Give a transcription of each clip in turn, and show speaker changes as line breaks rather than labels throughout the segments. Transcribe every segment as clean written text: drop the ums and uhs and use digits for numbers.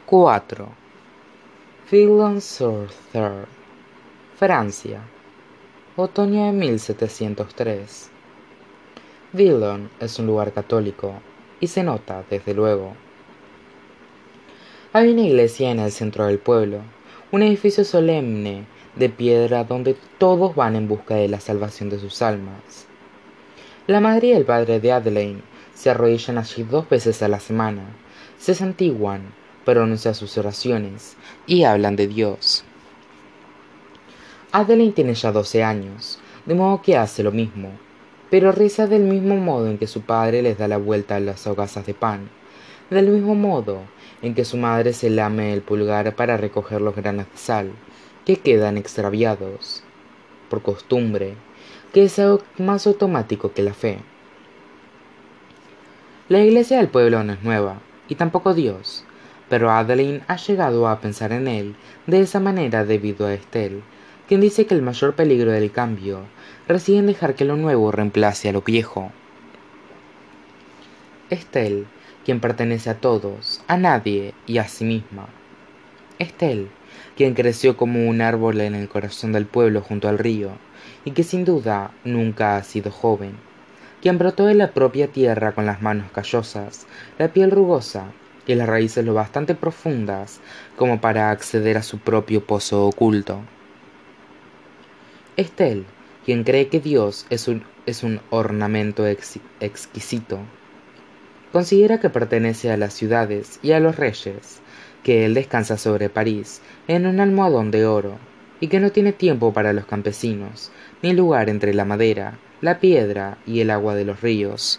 4. Filon-sur-Ter, Francia, otoño de 1703. Villon es un lugar católico, y se nota, desde luego. Hay una iglesia en el centro del pueblo, un edificio solemne de piedra donde todos van en busca de la salvación de sus almas. La madre y el padre de Adelaide se arrodillan allí 2 veces a la semana, se santiguan, pronuncian sus oraciones y hablan de Dios. Adelaide tiene ya 12 años, de modo que hace lo mismo, pero reza del mismo modo en que su padre les da la vuelta a las hogazas de pan, del mismo modo en que su madre se lame el pulgar para recoger los granos de sal, que quedan extraviados, por costumbre, que es algo más automático que la fe. La iglesia del pueblo no es nueva, y tampoco Dios, pero Adeline ha llegado a pensar en él de esa manera debido a Estelle, quien dice que el mayor peligro del cambio reside en dejar que lo nuevo reemplace a lo viejo. Estelle, quien pertenece a todos, a nadie y a sí misma. Estelle, quien creció como un árbol en el corazón del pueblo junto al río, y que sin duda nunca ha sido joven, quien brotó de la propia tierra con las manos callosas, la piel rugosa y las raíces lo bastante profundas como para acceder a su propio pozo oculto. Estelle, quien cree que Dios es un ornamento exquisito, considera que pertenece a las ciudades y a los reyes, que él descansa sobre París en un almohadón de oro, y que no tiene tiempo para los campesinos, ni lugar entre la madera, la piedra y el agua de los ríos.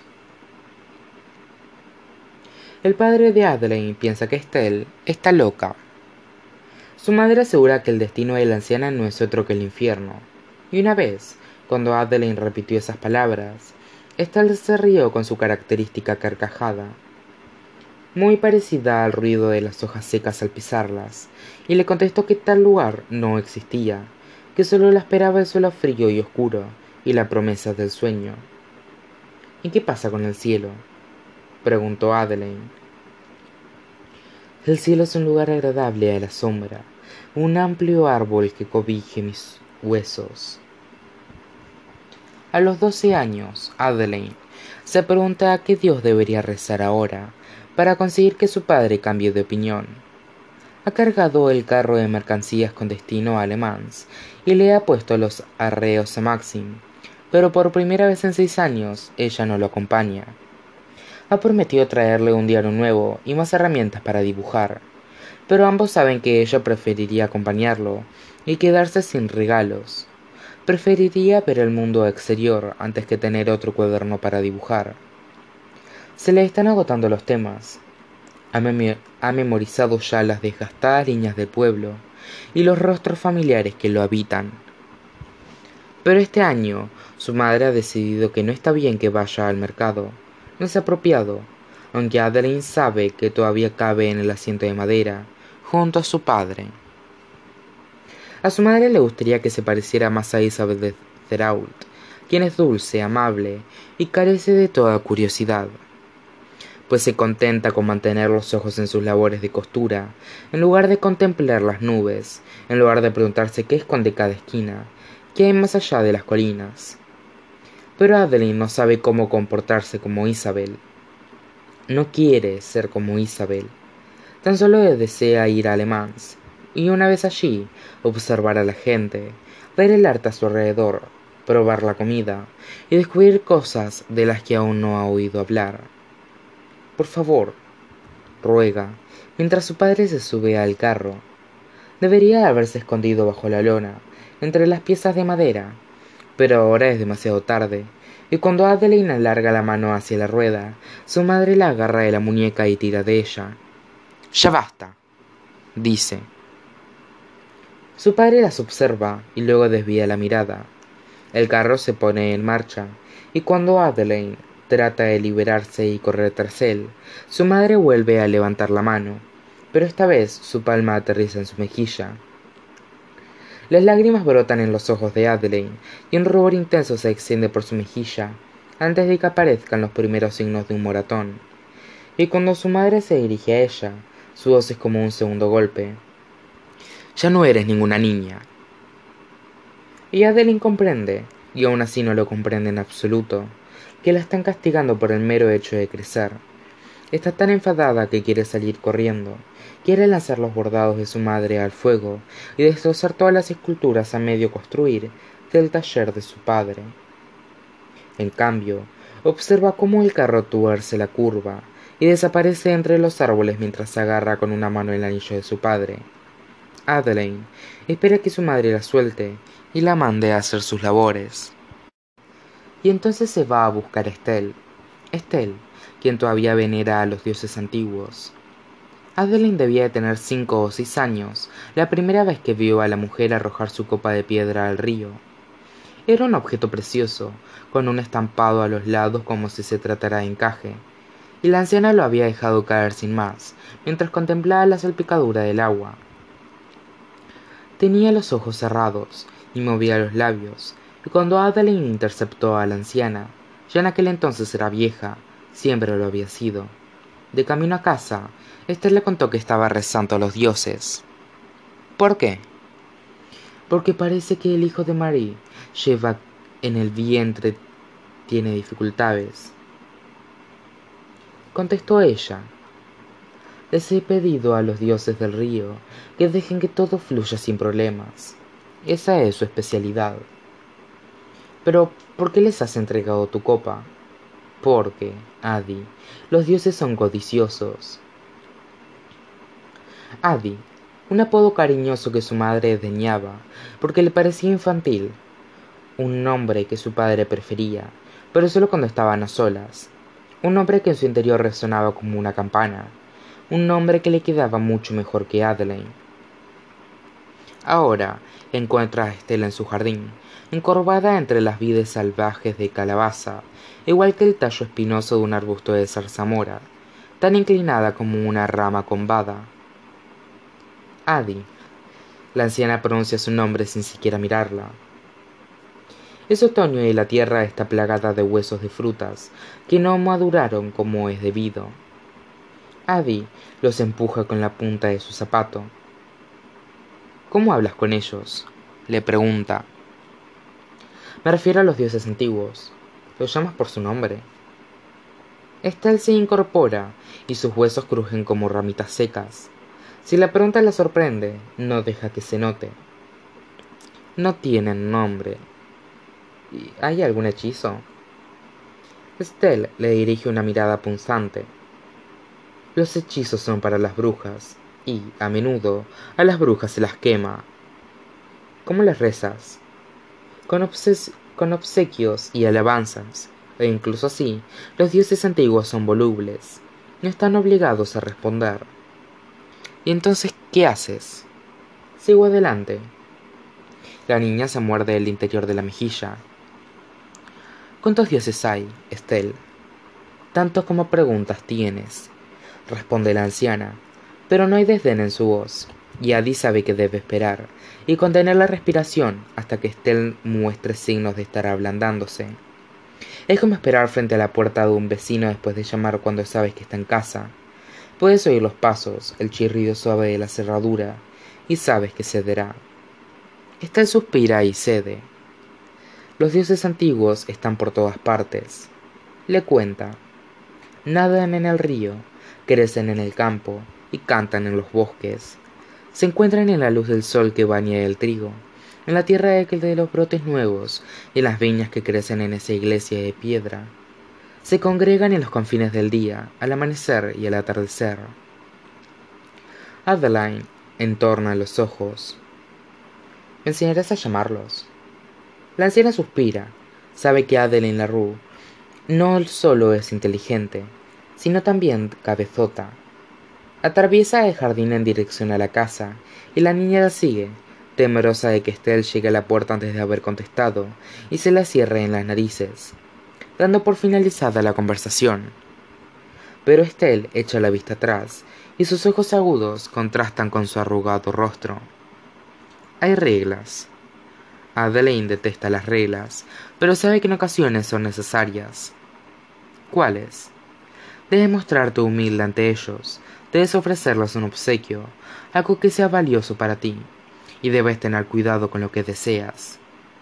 El padre de Adelaide piensa que Estelle está loca. Su madre asegura que el destino de la anciana no es otro que el infierno, y una vez, cuando Adelaide repitió esas palabras, Estelle se rió con su característica carcajada, muy parecida al ruido de las hojas secas al pisarlas, y le contestó que tal lugar no existía, que solo la esperaba el suelo frío y oscuro, y la promesa del sueño. ¿Y qué pasa con el cielo?, preguntó Adelaide. El cielo es un lugar agradable a la sombra, un amplio árbol que cobije mis huesos. A los 12 años, Adelaide se pregunta a qué Dios debería rezar ahora para conseguir que su padre cambie de opinión. Ha cargado el carro de mercancías con destino a Le Mans y le ha puesto los arreos a Maxim, pero por primera vez en 6 años ella no lo acompaña. Ha prometido traerle un diario nuevo y más herramientas para dibujar, pero ambos saben que ella preferiría acompañarlo y quedarse sin regalos. Preferiría ver el mundo exterior antes que tener otro cuaderno para dibujar. Se le están agotando los temas. Ha memorizado ya las desgastadas líneas del pueblo y los rostros familiares que lo habitan. Pero este año su madre ha decidido que no está bien que vaya al mercado. No es apropiado, aunque Adeline sabe que todavía cabe en el asiento de madera, junto a su padre. A su madre le gustaría que se pareciera más a Isabel de Therault, quien es dulce, amable y carece de toda curiosidad, pues se contenta con mantener los ojos en sus labores de costura, en lugar de contemplar las nubes, en lugar de preguntarse qué esconde cada esquina, qué hay más allá de las colinas. Pero Adeline no sabe cómo comportarse como Isabel. No quiere ser como Isabel. Tan solo desea ir a Le Mans, y una vez allí, observar a la gente, ver el arte a su alrededor, probar la comida y descubrir cosas de las que aún no ha oído hablar. Por favor, ruega, mientras su padre se sube al carro. Debería haberse escondido bajo la lona, entre las piezas de madera, pero ahora es demasiado tarde, y cuando Adeline alarga la mano hacia la rueda, su madre la agarra de la muñeca y tira de ella. «Ya basta», dice. Su padre las observa y luego desvía la mirada. El carro se pone en marcha, y cuando Adeline trata de liberarse y correr tras él, su madre vuelve a levantar la mano, pero esta vez su palma aterriza en su mejilla. Las lágrimas brotan en los ojos de Adeline, y un rubor intenso se extiende por su mejilla, antes de que aparezcan los primeros signos de un moratón. Y cuando su madre se dirige a ella, Su voz es como un segundo golpe. «Ya no eres ninguna niña». Y Adeline comprende, y aún así no lo comprende en absoluto, que la están castigando por el mero hecho de crecer. Está tan enfadada que quiere salir corriendo. Quiere lanzar los bordados de su madre al fuego y destrozar todas las esculturas a medio construir del taller de su padre. En cambio, observa cómo el carro tuerce la curva y desaparece entre los árboles mientras agarra con una mano el anillo de su padre. Adeline espera que su madre la suelte y la mande a hacer sus labores. Y entonces se va a buscar a Estelle. Estelle, quien todavía venera a los dioses antiguos. Adeline debía de tener 5 o 6 años, la primera vez que vio a la mujer arrojar su copa de piedra al río. Era un objeto precioso, con un estampado a los lados como si se tratara de encaje, y la anciana lo había dejado caer sin más, mientras contemplaba la salpicadura del agua. Tenía los ojos cerrados, y movía los labios, y cuando Adeline interceptó a la anciana, ya en aquel entonces era vieja, siempre lo había sido. De camino a casa, Esther le contó que estaba rezando a los dioses. ¿Por qué? Porque parece que el hijo de Marie lleva en el vientre tiene dificultades, contestó ella. Les he pedido a los dioses del río que dejen que todo fluya sin problemas. Esa es su especialidad. Pero, ¿por qué les has entregado tu copa? Porque, Adi, los dioses son codiciosos. Adi, un apodo cariñoso que su madre desdeñaba, porque le parecía infantil, un nombre que su padre prefería, pero solo cuando estaban a solas, un nombre que en su interior resonaba como una campana, un nombre que le quedaba mucho mejor que Adeline. Ahora encuentra a Estela en su jardín, encorvada entre las vides salvajes de calabaza, igual que el tallo espinoso de un arbusto de zarzamora, tan inclinada como una rama combada. Adi. La anciana pronuncia su nombre sin siquiera mirarla. Es otoño y la tierra está plagada de huesos de frutas que no maduraron como es debido. Adi los empuja con la punta de su zapato. ¿Cómo hablas con ellos?, le pregunta. Me refiero a los dioses antiguos. ¿Los llamas por su nombre? Estelle se incorpora y sus huesos crujen como ramitas secas. Si la pregunta la sorprende, no deja que se note. No tienen nombre. ¿Hay algún hechizo? Estelle le dirige una mirada punzante. Los hechizos son para las brujas, y, a menudo, a las brujas se las quema. ¿Cómo les rezas? Con obsequios y alabanzas, e incluso así, los dioses antiguos son volubles. No están obligados a responder. ¿Y entonces qué haces? Sigo adelante. La niña se muerde el interior de la mejilla. ¿Cuántos dioses hay, Estelle? Tantos como preguntas tienes, responde la anciana, pero no hay desdén en su voz, y Adi sabe que debe esperar, y contener la respiración hasta que Estelle muestre signos de estar ablandándose. Es como esperar frente a la puerta de un vecino después de llamar cuando sabes que está en casa. Puedes oír los pasos, el chirrido suave de la cerradura, y sabes que cederá. Estelle suspira y cede. Los dioses antiguos están por todas partes. Le cuenta. Nadan en el río, crecen en el campo y cantan en los bosques. Se encuentran en la luz del sol que baña el trigo, en la tierra de los brotes nuevos y en las viñas que crecen en esa iglesia de piedra. Se congregan en los confines del día, al amanecer y al atardecer. Adeline entorna los ojos. ¿Me enseñarás a llamarlos? La anciana suspira. Sabe que Adeline LaRue no solo es inteligente, sino también cabezota. Atraviesa el jardín en dirección a la casa, y la niña la sigue, temerosa de que Estelle llegue a la puerta antes de haber contestado, y se la cierre en las narices, dando por finalizada la conversación. Pero Estelle echa la vista atrás, y sus ojos agudos contrastan con su arrugado rostro. Hay reglas. Adeline detesta las reglas, pero sabe que en ocasiones son necesarias. ¿Cuáles? Debes mostrarte humilde ante ellos, debes ofrecerles un obsequio, algo que sea valioso para ti, y debes tener cuidado con lo que deseas.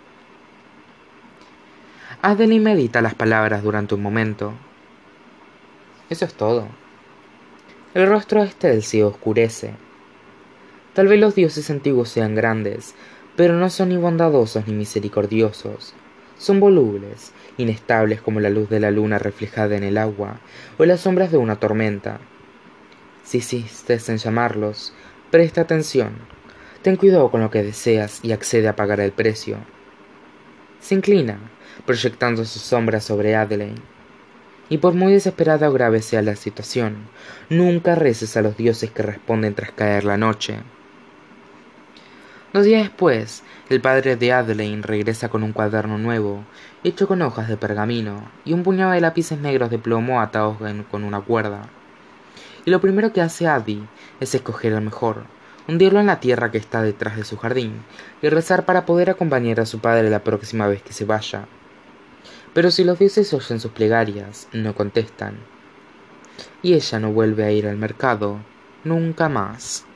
Adeline medita las palabras durante un momento. Eso es todo. El rostro de Estelle se oscurece. Tal vez los dioses antiguos sean grandes, pero no son ni bondadosos ni misericordiosos. Son volubles, inestables como la luz de la luna reflejada en el agua o las sombras de una tormenta. Si insistes en llamarlos, presta atención. Ten cuidado con lo que deseas y accede a pagar el precio. Se inclina, proyectando su sombra sobre Adeline. Y por muy desesperada o grave sea la situación, nunca reces a los dioses que responden tras caer la noche. 2 días después, el padre de Adeline regresa con un cuaderno nuevo, hecho con hojas de pergamino, y un puñado de lápices negros de plomo atados con una cuerda. Y lo primero que hace Addie es escoger el mejor, hundirlo en la tierra que está detrás de su jardín, y rezar para poder acompañar a su padre la próxima vez que se vaya. Pero si los dioses oyen sus plegarias, no contestan, y ella no vuelve a ir al mercado nunca más.